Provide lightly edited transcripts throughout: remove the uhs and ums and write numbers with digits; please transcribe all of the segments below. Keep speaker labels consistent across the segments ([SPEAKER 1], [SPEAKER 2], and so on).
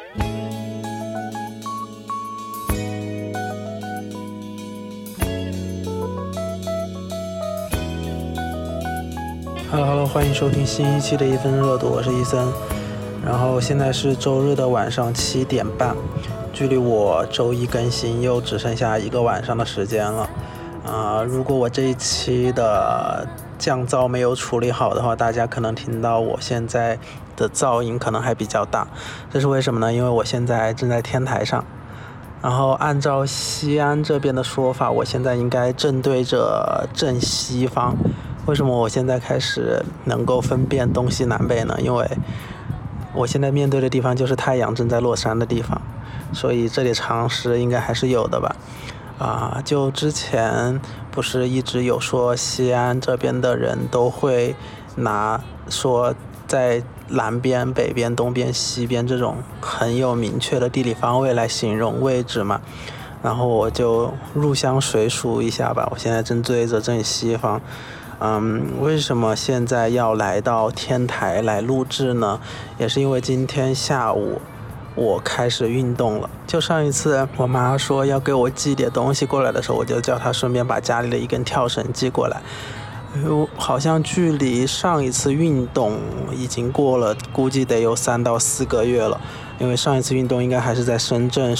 [SPEAKER 1] Hello， 欢迎收听新一期的1分热度，我是伊森。然后现在是周日的晚上7点半，距离我周一更新又只剩下1个晚上的时间了。如果我这一期的降噪没有处理好的话，大家可能听到我现在的噪音可能还比较大。这是为什么呢？因为我现在正在天台上。然后按照西安这边的说法，我现在应该正对着正西方。为什么我现在开始能够分辨东西南北呢？因为我现在面对的地方就是太阳正在落山的地方，所以这里常识应该还是有的吧。就之前不是一直有说西安这边的人都会拿说在南边、北边、东边、西边这种很有明确的地理方位来形容位置嘛。然后我就入乡随俗一下吧，我现在正对着正西方。为什么现在要来到天台来录制呢？也是因为今天下午我开始运动了。就上一次我妈说要给我寄点东西过来的时候，我就叫她顺便把家里的一根跳绳寄过来。好像距离上一次运动已经过了，估计得有3到4个月了。因为上一次运动应该还是在深圳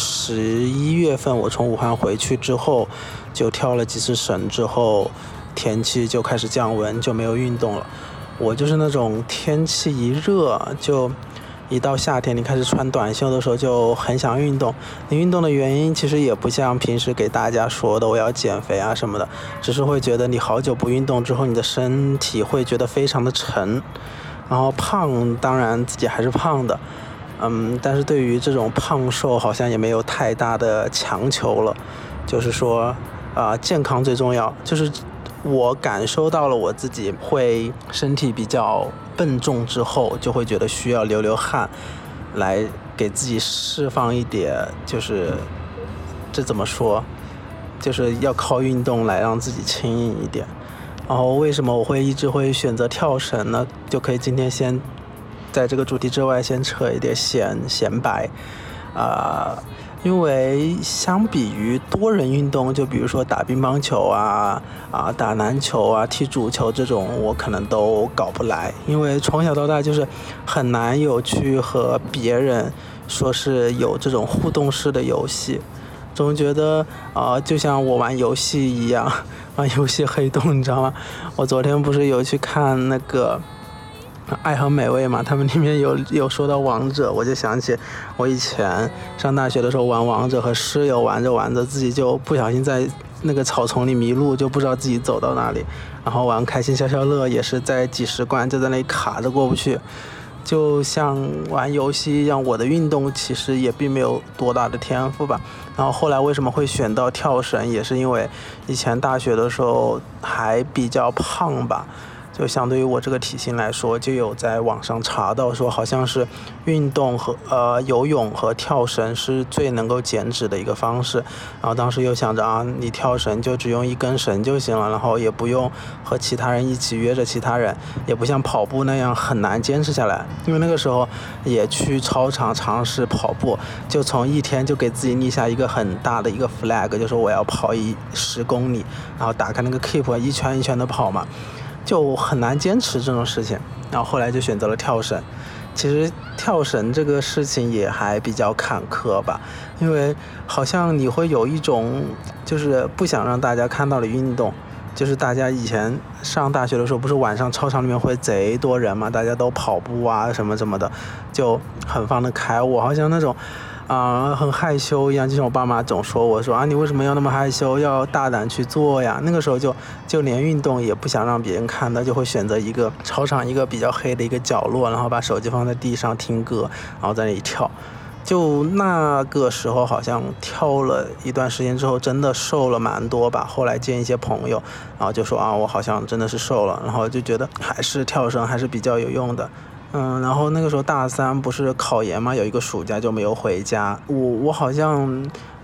[SPEAKER 1] 11月份，我从武汉回去之后就跳了几次绳之后，天气就开始降温，就没有运动了。我就是那种天气一热，就一到夏天你开始穿短袖的时候就很想运动。你运动的原因其实也不像平时给大家说的我要减肥啊什么的，只是会觉得你好久不运动之后，你的身体会觉得非常的沉。然后胖当然自己还是胖的，但是对于这种胖瘦好像也没有太大的强求了。就是说健康最重要。就是我感受到了我自己会身体比较笨重之后，就会觉得需要流汗来给自己释放一点，就是这怎么说，就是要靠运动来让自己轻盈一点。然后为什么我一直会选择跳绳呢？就可以今天先在这个主题之外先扯一点闲白。因为相比于多人运动，就比如说打乒乓球打篮球踢足球这种，我可能都搞不来。因为从小到大就是很难有去和别人说是有这种互动式的游戏，总觉得就像我玩游戏一样，玩游戏黑洞，你知道吗？我昨天不是有去看那个爱和美味嘛，他们里面有说到王者，我就想起我以前上大学的时候玩王者，和室友玩着自己就不小心在那个草丛里迷路，就不知道自己走到哪里。然后玩开心消消乐也是在几十关就在那里卡着过不去。就像玩游戏一样，我的运动其实也并没有多大的天赋吧。然后后来为什么会选到跳绳，也是因为以前大学的时候还比较胖吧，就相对于我这个体型来说，就有在网上查到说好像是运动和游泳和跳绳是最能够减脂的一个方式。然后当时又想着你跳绳就只用1根绳就行了，然后也不用和其他人一起约着其他人，也不像跑步那样很难坚持下来。因为那个时候也去操场尝试跑步，就从1天就给自己立下一个很大的一个 flag， 就说我要跑10公里，然后打开那个 Keep 一圈一圈的跑嘛，就很难坚持这种事情。然后后来就选择了跳绳。其实跳绳这个事情也还比较坎坷吧，因为好像你会有一种就是不想让大家看到的运动。就是大家以前上大学的时候，不是晚上操场里面会贼多人嘛，大家都跑步什么的，就很放得开。我好像那种很害羞一样，就像我爸妈总说我说你为什么要那么害羞，要大胆去做呀。那个时候就连运动也不想让别人看到，就会选择一个操场一个比较黑的一个角落，然后把手机放在地上听歌，然后在那里跳。就那个时候好像跳了一段时间之后真的瘦了蛮多吧。后来见一些朋友，然后就说我好像真的是瘦了，然后就觉得还是跳绳还是比较有用的。然后那个时候大3不是考研嘛，有一个暑假就没有回家。我好像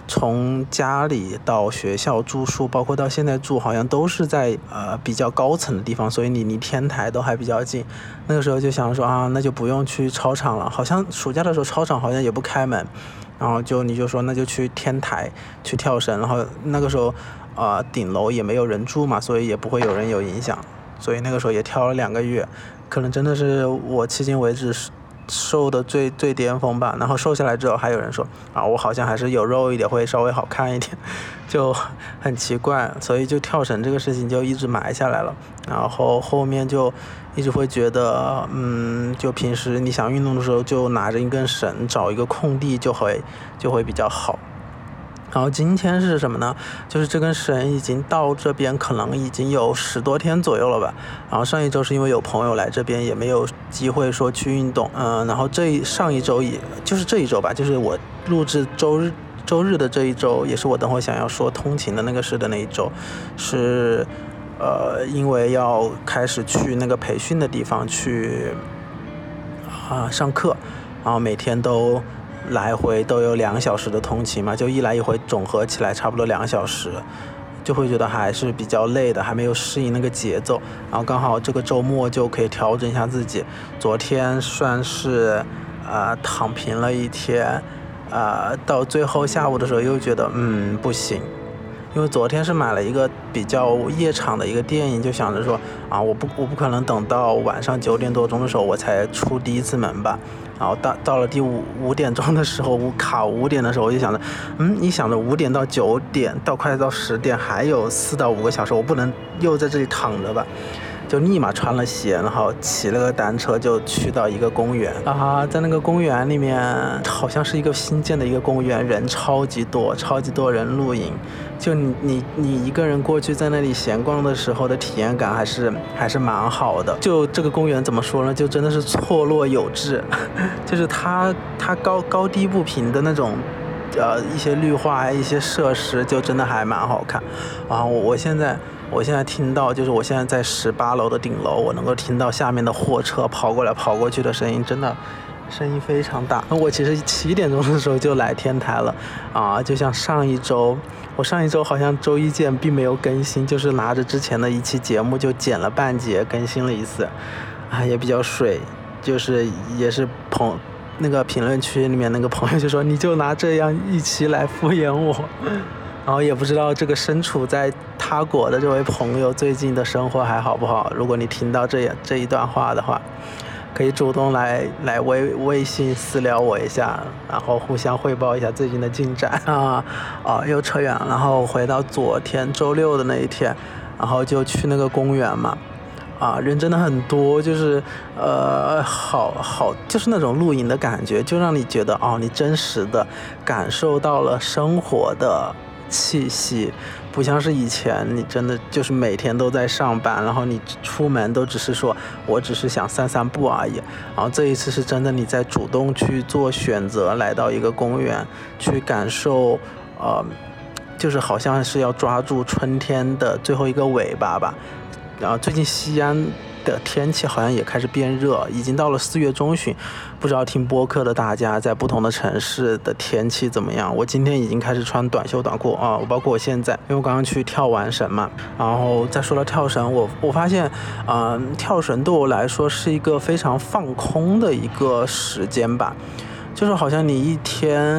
[SPEAKER 1] 从家里到学校住宿，包括到现在住，好像都是在比较高层的地方，所以你离天台都还比较近。那个时候就想说啊，那就不用去操场了，好像暑假的时候操场好像也不开门，然后你就说那就去天台去跳绳，然后那个时候顶楼也没有人住嘛，所以也不会有人有影响，所以那个时候也跳了2个月，可能真的是我迄今为止瘦的最巅峰吧。然后瘦下来之后还有人说啊，我好像还是有肉一点会稍微好看一点，就很奇怪，所以就跳绳这个事情就一直埋下来了。然后后面就一直会觉得就平时你想运动的时候就拿着一根绳，找一个空地就会比较好。然后今天是什么呢？就是这根绳已经到这边可能已经有10多天左右了吧。然后上一周是因为有朋友来这边，也没有机会说去运动。然后上一周也就是这一周吧，就是我录制周日的这一周，也是我等会想要说通勤的那个事的那一周，是因为要开始去那个培训的地方去上课，然后每天都来回都有2小时的通勤嘛，就一来一回总合起来差不多2小时，就会觉得还是比较累的，还没有适应那个节奏。然后刚好这个周末就可以调整一下自己。昨天算是躺平了一天，到最后下午的时候又觉得不行，因为昨天是买了一个比较夜场的一个电影，就想着说我不可能等到晚上9点多钟的时候我才出第一次门吧。然后到了第五点钟的时候，卡5点的时候，我就想着，你想着5点到9点到快到10点还有4到5个小时，我不能又在这里躺着吧，就立马穿了鞋，然后骑了个单车就去到一个公园在那个公园里面，好像是一个新建的一个公园，人超级多人露营，就你一个人过去在那里闲逛的时候的体验感还是蛮好的。就这个公园怎么说呢，就真的是错落有致就是它高低不平的那种一些绿化一些设施就真的还蛮好看。我现在听到，就是我现在在18楼的顶楼，我能够听到下面的货车跑过来跑过去的声音，真的声音非常大。我其实7点钟的时候就来天台了就像我上一周好像周一见并没有更新，就是拿着之前的一期节目就剪了半截更新了一次也比较水，就是也是那个评论区里面那个朋友就说你就拿这样一期来敷衍我然后也不知道这个身处在他国的这位朋友最近的生活还好不好。如果你听到这一段话的话，可以主动来微信私聊我一下，然后互相汇报一下最近的进展又扯远了。然后回到昨天周六的那一天，然后就去那个公园嘛人真的很多，就是好就是那种露营的感觉，就让你觉得你真实的感受到了生活的气息，不像是以前你真的就是每天都在上班，然后你出门都只是说我只是想散散步而已。然后这一次是真的你在主动去做选择，来到一个公园去感受就是好像是要抓住春天的最后一个尾巴吧。然后最近西安的天气好像也开始变热，已经到了4月中旬，不知道听播客的大家在不同的城市的天气怎么样。我今天已经开始穿短袖短裤包括我现在，因为我刚刚去跳完绳嘛。然后再说到跳绳，我发现跳绳对我来说是一个非常放空的一个时间吧，就是好像你一天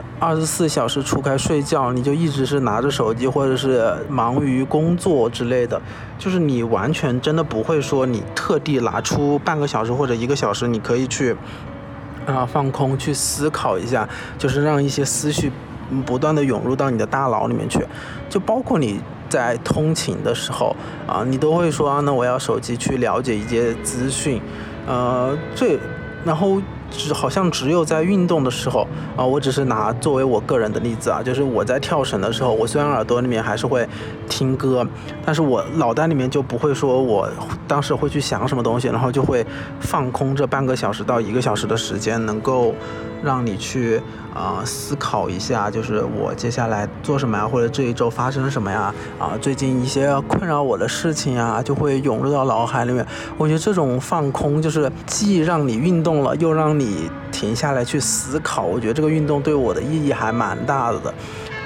[SPEAKER 1] 24小时除开睡觉，你就一直是拿着手机或者是忙于工作之类的，就是你完全真的不会说你特地拿出半个小时或者1个小时，你可以去放空去思考一下，就是让一些思绪不断的涌入到你的大脑里面去。就包括你在通勤的时候你都会说那我要手机去了解一些资讯然后好像只有在运动的时候我只是拿作为我个人的例子就是我在跳绳的时候，我虽然耳朵里面还是会听歌，但是我脑袋里面就不会说我当时会去想什么东西，然后就会放空这半个小时到1个小时的时间，能够让你去思考一下，就是我接下来做什么呀，或者这一周发生什么呀最近一些困扰我的事情就会涌入到脑海里面。我觉得这种放空就是既让你运动了，又让你停下来去思考，我觉得这个运动对我的意义还蛮大的。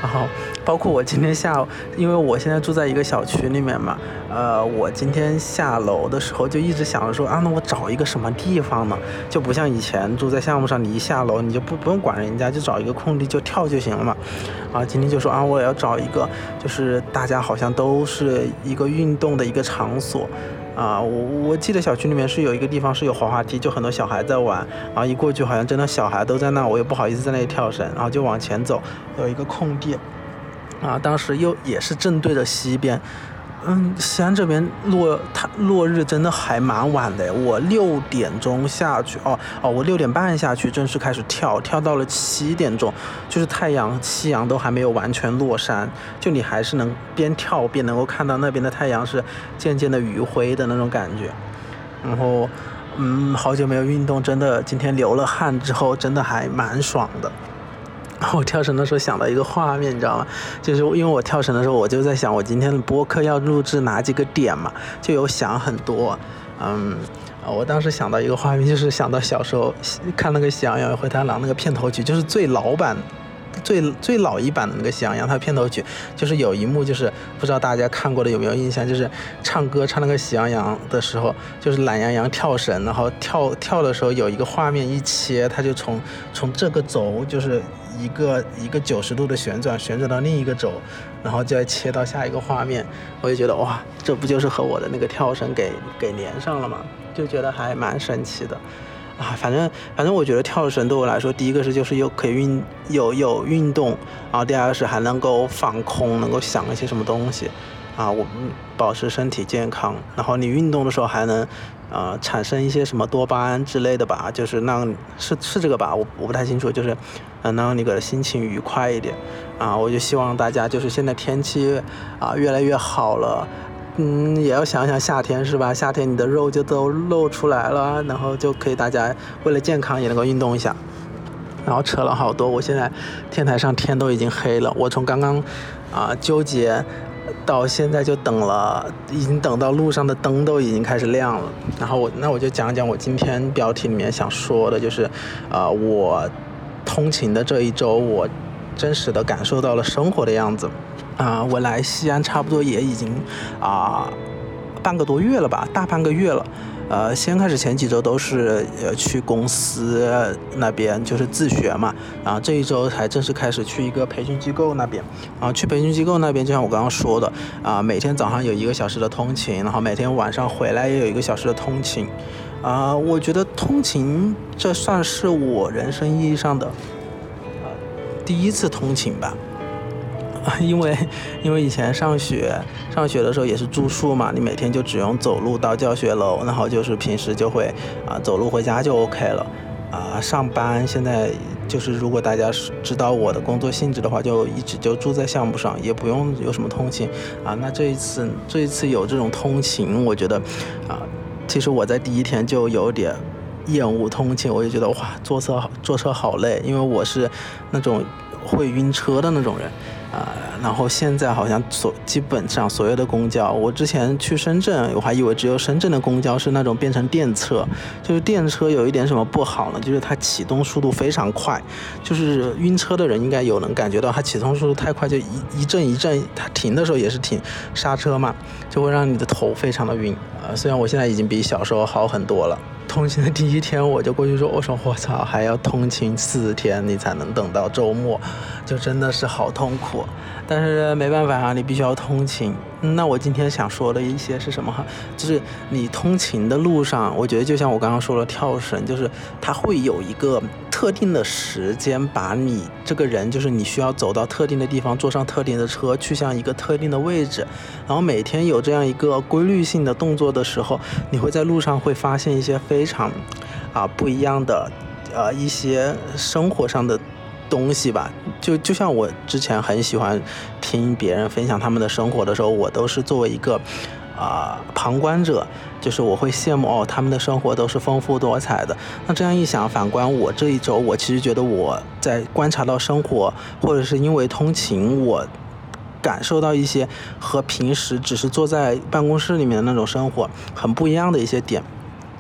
[SPEAKER 1] 然后包括我今天下午，因为我现在住在一个小区里面嘛，我今天下楼的时候就一直想着说那我找一个什么地方呢？就不像以前住在项目上，你一下楼你就不用管人家，就找一个空地就跳就行了嘛。今天就说我也要找一个，就是大家好像都是一个运动的一个场所。我记得小区里面是有一个地方是有滑滑梯，就很多小孩在玩，然后一过去好像真的小孩都在那，我也不好意思在那里跳绳，然后就往前走，有一个空地，当时也是正对着西边。西安这边落日真的还蛮晚的，我6点钟下去，我6点半下去正式开始跳到了7点钟，就是夕阳都还没有完全落山，就你还是能边跳边能够看到那边的太阳是渐渐的余晖的那种感觉。然后好久没有运动，真的今天流了汗之后真的还蛮爽的。我跳绳的时候想到一个画面，你知道吗？就是因为我跳绳的时候，我就在想我今天的播客要录制哪几个点嘛，就有想很多。我当时想到一个画面，就是想到小时候看那个《喜羊羊与灰太狼》那个片头曲，就是最老一版的那个《喜羊羊》，它片头曲就是有一幕，就是不知道大家看过的有没有印象，就是唱歌唱那个《喜羊羊》的时候，就是懒羊羊跳绳，然后跳的时候有一个画面一切，它就从这个轴就是一个90度的旋转到另一个轴，然后就要切到下一个画面，我就觉得哇，这不就是和我的那个跳绳给连上了吗？就觉得还蛮神奇的。反正我觉得跳绳对我来说，第一个是就是可以有运动，然后第二个是还能够放空，能够想一些什么东西，我保持身体健康。然后你运动的时候还能产生一些什么多巴胺之类的吧，就是是这个吧，我不太清楚，就是让你的心情愉快一点。我就希望大家就是现在天气越来越好了。也要想想夏天是吧？夏天你的肉就都露出来了，然后就可以大家为了健康也能够运动一下。然后扯了好多，我现在天台上天都已经黑了，我从刚刚纠结到现在就已经等到路上的灯都已经开始亮了。然后我就讲讲我今天标题里面想说的，就是我通勤的这一周，我真实的感受到了生活的样子。我来西安差不多也已经半个多月了吧，大半个月了。先开始前几周都是去公司那边就是自学嘛，然后这一周才正式开始去一个培训机构那边。然后去培训机构那边，就像我刚刚说的，每天早上有1个小时的通勤，然后每天晚上回来也有1个小时的通勤。我觉得通勤这算是我人生意义上的第一次通勤吧。因为以前上学的时候也是住宿嘛，你每天就只用走路到教学楼，然后就是平时就会走路回家就 OK 了。上班现在就是如果大家知道我的工作性质的话，就一直就住在项目上，也不用有什么通勤那这一次有这种通勤，我觉得其实我在第一天就有点厌恶通勤，我就觉得哇，坐车好累，因为我是那种会晕车的那种人。然后现在好像基本上所有的公交，我之前去深圳，我还以为只有深圳的公交是那种变成电车，就是电车有一点什么不好呢？就是它启动速度非常快，就是晕车的人应该能感觉到它启动速度太快，就一阵一阵，它停的时候也是停刹车嘛，就会让你的头非常的晕。虽然我现在已经比小时候好很多了。通勤的第一天我就过去说，我操，还要通勤4天你才能等到周末，就真的是好痛苦。但是没办法你必须要通勤。那我今天想说的一些是什么就是你通勤的路上，我觉得就像我刚刚说的跳绳，就是它会有一个特定的时间，把你这个人，就是你需要走到特定的地方，坐上特定的车，去向一个特定的位置。然后每天有这样一个规律性的动作的时候，你会在路上会发现一些非常不一样的一些生活上的东西吧。就像我之前很喜欢听别人分享他们的生活的时候，我都是作为一个旁观者，就是我会羡慕他们的生活都是丰富多彩的。那这样一想，反观我这一周，我其实觉得我在观察到生活，或者是因为通勤，我感受到一些和平时只是坐在办公室里面的那种生活很不一样的一些点。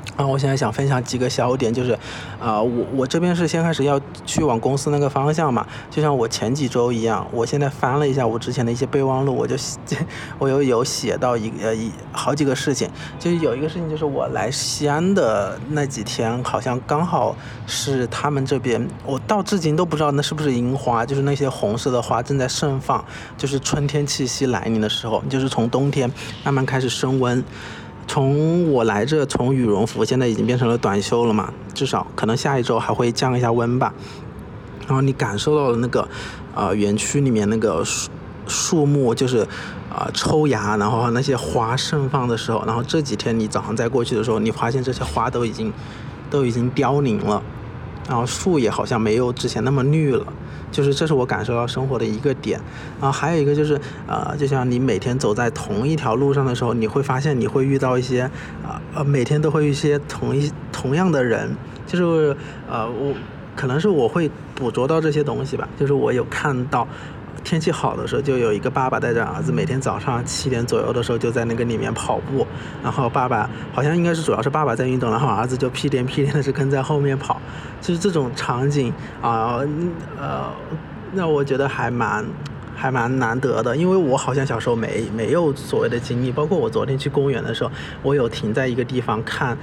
[SPEAKER 1] 我现在想分享几个小点，就是我这边是先开始要去往公司那个方向嘛，就像我前几周一样，我现在翻了一下我之前的一些备忘录，我有写到好几个事情，就是有一个事情就是我来西安的那几天，好像刚好是他们这边，我到至今都不知道那是不是樱花，就是那些红色的花正在盛放，就是春天气息来临的时候，就是从冬天慢慢开始升温。从我来这，从羽绒服现在已经变成了短袖了嘛，至少可能下一周还会降一下温吧。然后你感受到了那个园区里面那个树木就是抽芽，然后那些花盛放的时候，然后这几天你早上再过去的时候，你发现这些花都已经凋零了，然后树也好像没有之前那么绿了。就是这是我感受到生活的一个点。然后还有一个就是就像你每天走在同一条路上的时候，你会发现你会遇到一些每天都会遇一些同样的人，就是我可能是我会捕捉到这些东西吧，就是我有看到天气好的时候，就有一个爸爸带着儿子，每天早上7点左右的时候就在那个里面跑步，然后爸爸好像应该是主要是爸爸在运动，然后儿子就屁颠的是跟在后面跑，就是这种场景那我觉得还蛮难得的，因为我好像小时候没有所谓的经历，包括我昨天去公园的时候，我有停在一个地方看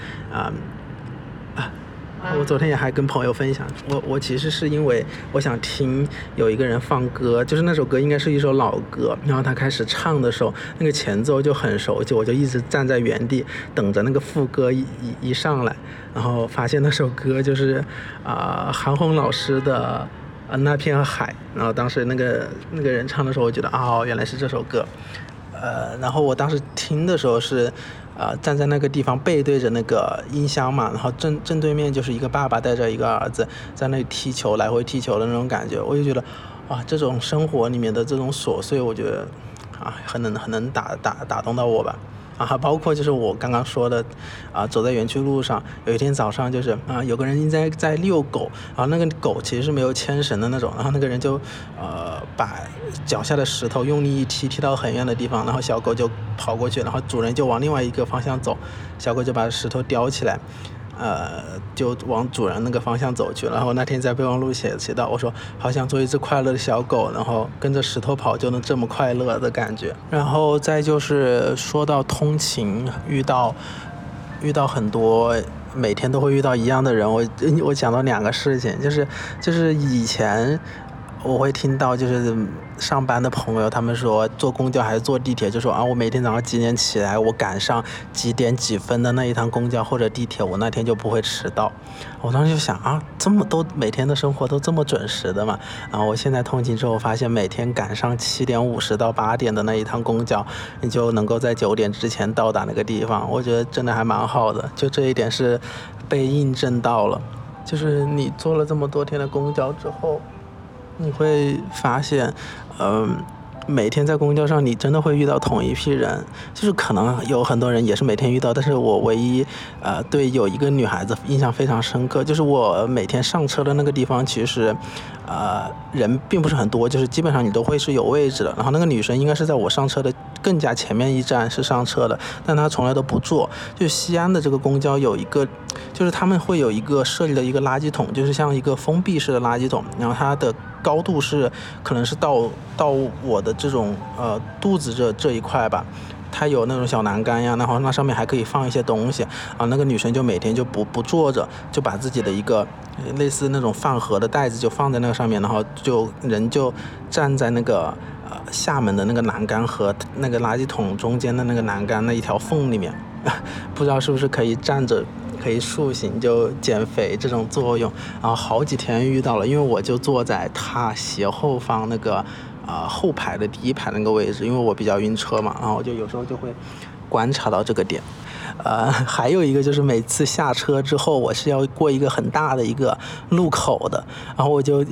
[SPEAKER 1] 我昨天也还跟朋友分享，我其实是因为我想听有一个人放歌，就是那首歌应该是一首老歌，然后他开始唱的时候，那个前奏就很熟悉，我就一直站在原地等着那个副歌一上来，然后发现那首歌就是韩红老师的那片海，然后当时那个人唱的时候，我觉得原来是这首歌。然后我当时听的时候是站在那个地方背对着那个音箱嘛，然后正对面就是一个爸爸带着一个儿子在那里踢球，来回踢球的那种感觉，我就觉得这种生活里面的这种琐碎，我觉得很能打动到我吧。包括就是我刚刚说的走在园区路上，有一天早上就是有个人在遛狗，然后那个狗其实是没有牵绳的那种，然后那个人就把脚下的石头用力一踢到很远的地方，然后小狗就跑过去，然后主人就往另外一个方向走，小狗就把石头叼起来就往主人那个方向走去，然后那天在备忘录写到，我说好想做一只快乐的小狗，然后跟着石头跑就能这么快乐的感觉。然后再就是说到通勤，遇到很多每天都会遇到一样的人，我讲到2个事情，就是以前我会听到就是上班的朋友他们说坐公交还是坐地铁，就说我每天早上几点起来，我赶上几点几分的那一趟公交或者地铁，我那天就不会迟到。我当时就想这么都每天的生活都这么准时的嘛。然后我现在通勤之后发现，每天赶上7点50到8点的那一趟公交，你就能够在9点之前到达那个地方，我觉得真的还蛮好的，就这一点是被印证到了。就是你坐了这么多天的公交之后，你会发现每天在公交上你真的会遇到同一批人，就是可能有很多人也是每天遇到，但是我唯一对有一个女孩子印象非常深刻，就是我每天上车的那个地方其实人并不是很多，就是基本上你都会是有位置的，然后那个女生应该是在我上车的更加前面一站是上车的，但她从来都不坐。就西安的这个公交有一个，就是他们会有一个设立的一个垃圾桶，就是像一个封闭式的垃圾桶，然后它的高度是可能是到我的这种肚子这一块吧，它有那种小栏杆呀，然后那上面还可以放一些东西那个女生就每天就不坐着，就把自己的一个类似那种饭盒的袋子就放在那个上面，然后人就站在那个厦门的那个栏杆和那个垃圾桶中间的那个栏杆那一条缝里面不知道是不是可以站着可以塑形就减肥这种作用。然后好几天遇到了，因为我就坐在它斜后方那个后排的第1排那个位置，因为我比较晕车嘛，然后我就有时候就会观察到这个点。还有一个就是每次下车之后，我是要过一个很大的一个路口的，然后我就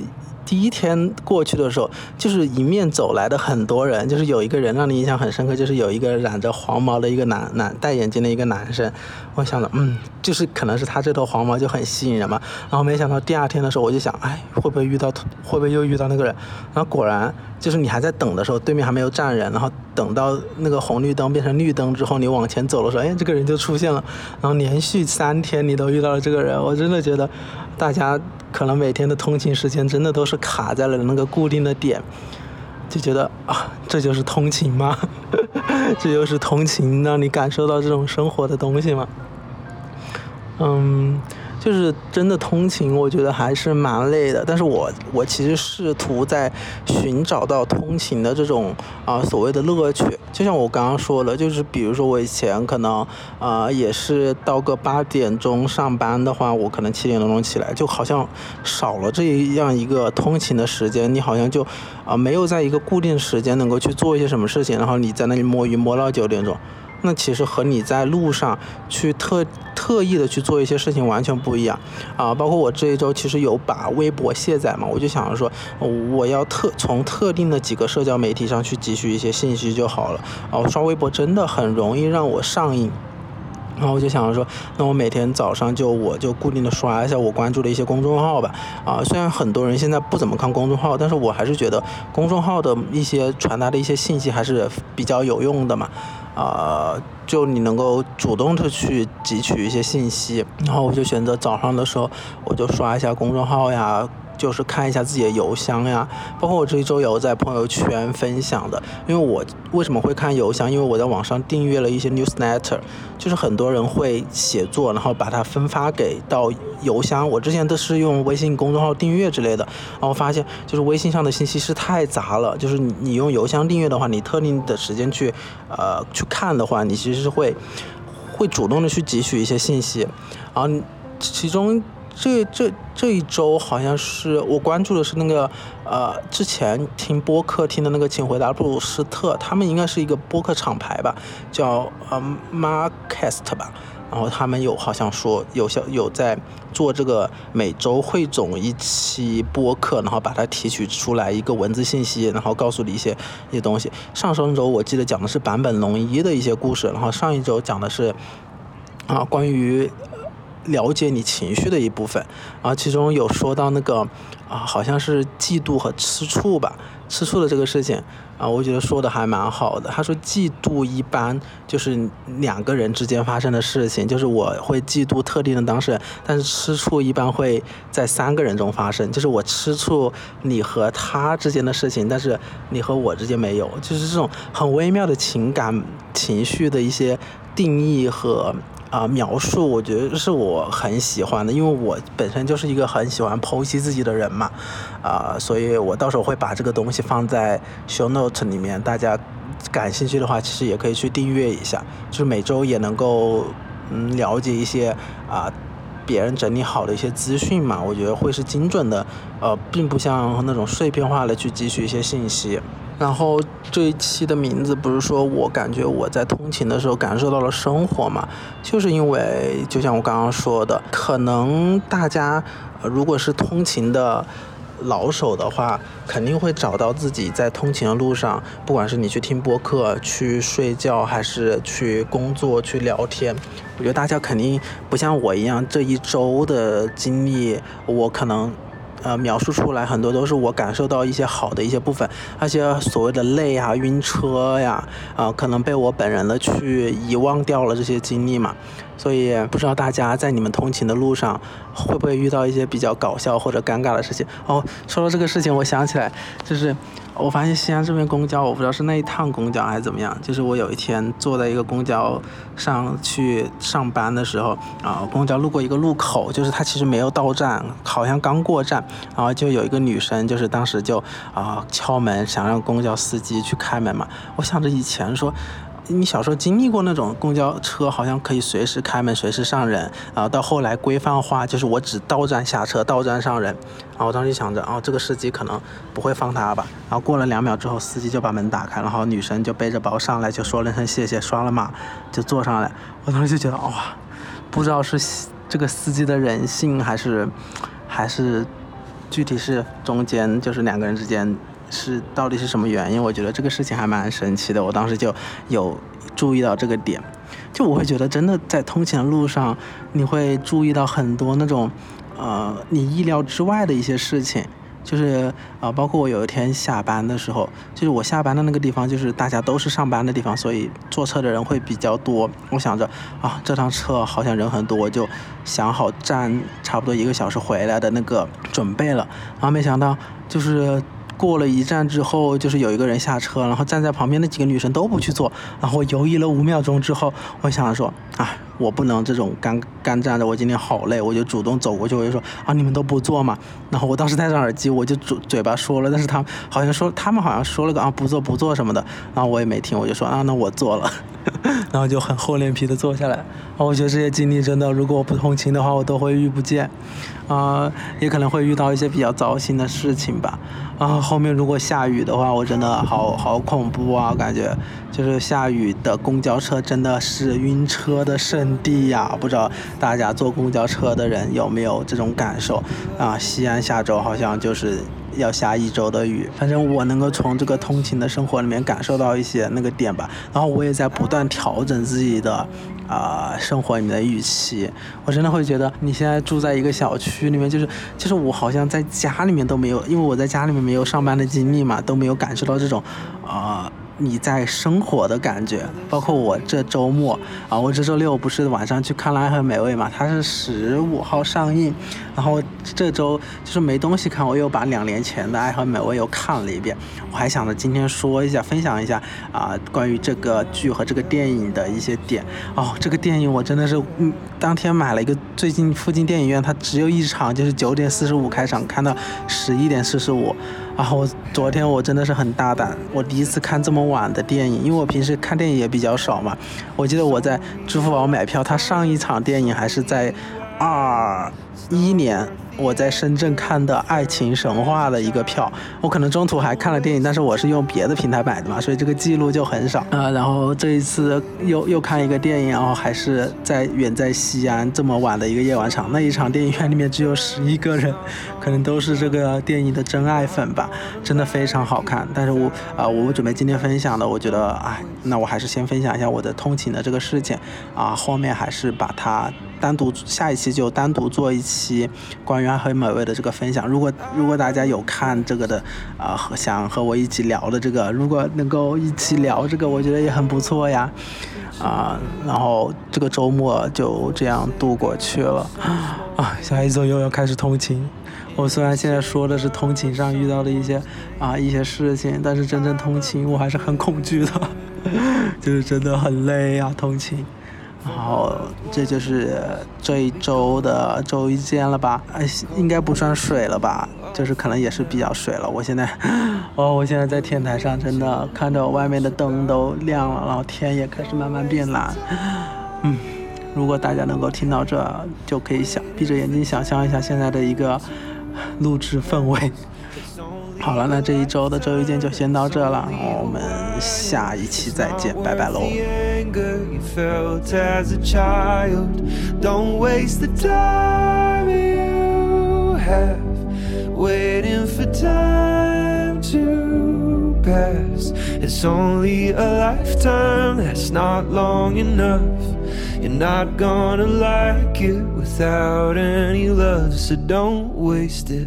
[SPEAKER 1] 第一天过去的时候，就是迎面走来的很多人，就是有一个人让你印象很深刻，就是有一个染着黄毛的一个戴眼镜的一个男生。我想着就是可能是他这头黄毛就很吸引人嘛。然后没想到第二天的时候，我就想，会不会又遇到那个人？然后果然就是你还在等的时候，对面还没有站人，然后等到那个红绿灯变成绿灯之后，你往前走的时候，这个人就出现了。然后连续3天你都遇到了这个人，我真的觉得大家可能每天的通勤时间真的都是卡在了那个固定的点，就觉得这就是通勤吗？这就是通勤让你感受到这种生活的东西吗？就是真的通勤我觉得还是蛮累的，但是我其实试图在寻找到通勤的这种所谓的乐趣。就像我刚刚说的，就是比如说我以前可能也是到个8点钟上班的话，我可能7点多钟起来，就好像少了这样一个通勤的时间，你好像就没有在一个固定时间能够去做一些什么事情，然后你在那里摸鱼摸到9点钟。那其实和你在路上去特意的去做一些事情完全不一样包括我这一周其实有把微博卸载嘛，我就想说我要从特定的几个社交媒体上去汲取一些信息就好了刷微博真的很容易让我上瘾。然后我就想说，那我每天早上我就固定的刷一下我关注的一些公众号吧。虽然很多人现在不怎么看公众号，但是我还是觉得公众号的一些传达的一些信息还是比较有用的嘛。就你能够主动的去汲取一些信息，然后我就选择早上的时候我就刷一下公众号呀，就是看一下自己的邮箱呀，包括我这一周有在朋友圈分享的。因为我为什么会看邮箱，因为我在网上订阅了一些 newsletter， 就是很多人会写作然后把它分发给到邮箱，我之前都是用微信公众号订阅之类的，然后发现就是微信上的信息是太杂了，就是你用邮箱订阅的话，你特定的时间去看的话，你其实是会主动的去汲取一些信息。然后其中这一周好像是我关注的是那个之前听播客听的那个请回答布鲁斯特，他们应该是一个播客厂牌吧，叫Marcast 吧。然后他们好像说有在做这个每周汇总一期播客，然后把它提取出来一个文字信息，然后告诉你一些东西。上周我记得讲的是坂本龙一的一些故事，然后上一周讲的是关于了解你情绪的一部分，然后其中有说到那个好像是嫉妒和吃醋吧，吃醋的这个事情我觉得说的还蛮好的。他说嫉妒一般就是2个人之间发生的事情，就是我会嫉妒特定的当事人，但是吃醋一般会在3个人中发生，就是我吃醋你和他之间的事情，但是你和我之间没有，就是这种很微妙的情感情绪的一些定义和描述，我觉得是我很喜欢的，因为我本身就是一个很喜欢剖析自己的人嘛，所以我到时候会把这个东西放在 show note 里面，大家感兴趣的话其实也可以去订阅一下，就是每周也能够了解一些别人整理好的一些资讯嘛，我觉得会是精准的，并不像那种碎片化的去汲取一些信息。然后这一期的名字不是说我感觉我在通勤的时候感受到了生活嘛，就是因为就像我刚刚说的，可能大家如果是通勤的老手的话，肯定会找到自己在通勤的路上，不管是你去听播客去睡觉还是去工作去聊天，我觉得大家肯定不像我一样这一周的经历，我可能描述出来很多都是我感受到一些好的一些部分，而且所谓的累啊晕车呀可能被我本人的去遗忘掉了这些经历嘛。所以不知道大家在你们通勤的路上会不会遇到一些比较搞笑或者尴尬的事情说到这个事情我想起来，就是我发现西安这边公交，我不知道是那一趟公交还是怎么样，就是我有一天坐在一个公交上去上班的时候公交路过一个路口，就是它其实没有到站，好像刚过站，然后就有一个女生就是当时就敲门想让公交司机去开门嘛。我想着以前说你小时候经历过那种公交车好像可以随时开门随时上人，然后到后来规范化就是我只到站下车到站上人，然后我当时想着这个司机可能不会放他吧，然后过了2秒之后司机就把门打开，然后女生就背着包上来就说了声谢谢，刷了码就坐上来。我当时就觉得不知道是这个司机的人性还是具体是中间就是两个人之间是到底是什么原因，我觉得这个事情还蛮神奇的。我当时就有注意到这个点，就我会觉得真的在通勤的路上，你会注意到很多那种你意料之外的一些事情。就是包括我有一天下班的时候，就是我下班的那个地方就是大家都是上班的地方，所以坐车的人会比较多。我想着这趟车好像人很多，我就想好站差不多1个小时回来的那个准备了，然后没想到就是过了一站之后，就是有一个人下车，然后站在旁边的几个女生都不去坐，然后我犹豫了5秒钟之后，我想说我不能这种干站着，我今天好累，我就主动走过去，我就说你们都不坐嘛。然后我当时戴上耳机，我就嘴巴说了，但是他们好像说了个不坐什么的，然后我也没听，我就说那我坐了，然后就很厚脸皮的坐下来。我觉得这些经历真的，如果我不通勤的话，我都会遇不见，也可能会遇到一些比较糟心的事情吧。后面如果下雨的话，我真的好恐怖啊！感觉就是下雨的公交车真的是晕车的圣地呀！不知道大家坐公交车的人有没有这种感受西安下周好像就是要下1周的雨，反正我能够从这个通勤的生活里面感受到一些那个点吧。然后我也在不断调整自己的生活里面的预期。我真的会觉得你现在住在一个小区里面，就是我好像在家里面都没有，因为我在家里面没有上班的经历嘛，都没有感受到这种你在生活的感觉。包括我这周末我这周6不是晚上去看了《爱很美味》嘛，它是15号上映，然后这周就是没东西看，我又把2年前的《爱很美味》又看了一遍。我还想着今天说一下，分享一下关于这个剧和这个电影的一些点。这个电影我真的是当天买了一个最近附近电影院，它只有一场，就是9点45开场，看到11点45。昨天我真的是很大胆，我第一次看这么晚的电影，因为我平时看电影也比较少嘛。我记得我在支付宝买票，它上一场电影还是在21年我在深圳看的《爱情神话》的一个票。我可能中途还看了电影，但是我是用别的平台买的嘛，所以这个记录就很少然后这一次又看一个电影，然后还是远在西安这么晚的一个夜晚场，那一场电影院里面只有11个人，可能都是这个电影的真爱粉吧，真的非常好看。但是我准备今天分享的，我觉得那我还是先分享一下我的通勤的这个事情后面还是把它下一期就单独做一期关于爱很美味的这个分享。如果大家有看这个的想和我一起聊的这个，如果能够一起聊这个，我觉得也很不错呀然后这个周末就这样度过去了下一周又要开始通勤。我虽然现在说的是通勤上遇到的一些事情，但是真正通勤我还是很恐惧的就是真的很累通勤。然后这就是这一周的周一见了吧，应该不算水了吧，就是可能也是比较水了。我现在在天台上，真的看着外面的灯都亮了，然后天也开始慢慢变蓝。如果大家能够听到这，就可以闭着眼睛想象一下现在的一个录制氛围。好了，那这一周的周一见就先到这了，我们下一期再见，拜拜喽。It's only a lifetime, that's not long enough. You're not gonna like it without any love, so don't waste it.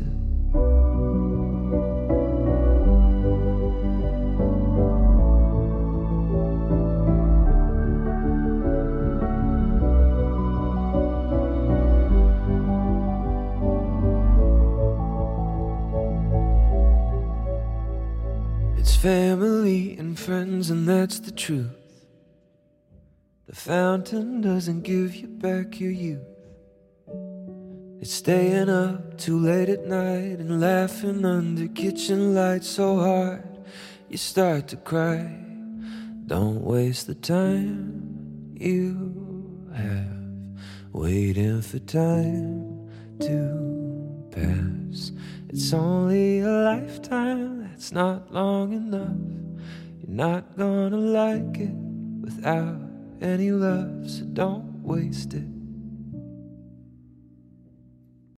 [SPEAKER 1] Family and friends, and that's the truth. The fountain doesn't give you back your youth. It's staying up too late at night and laughing under kitchen lights so hard you start to cry. Don't waste the time you have waiting for time to pass. It's only a lifetime, that's not long enough. You're not gonna like it without any love, so don't waste it.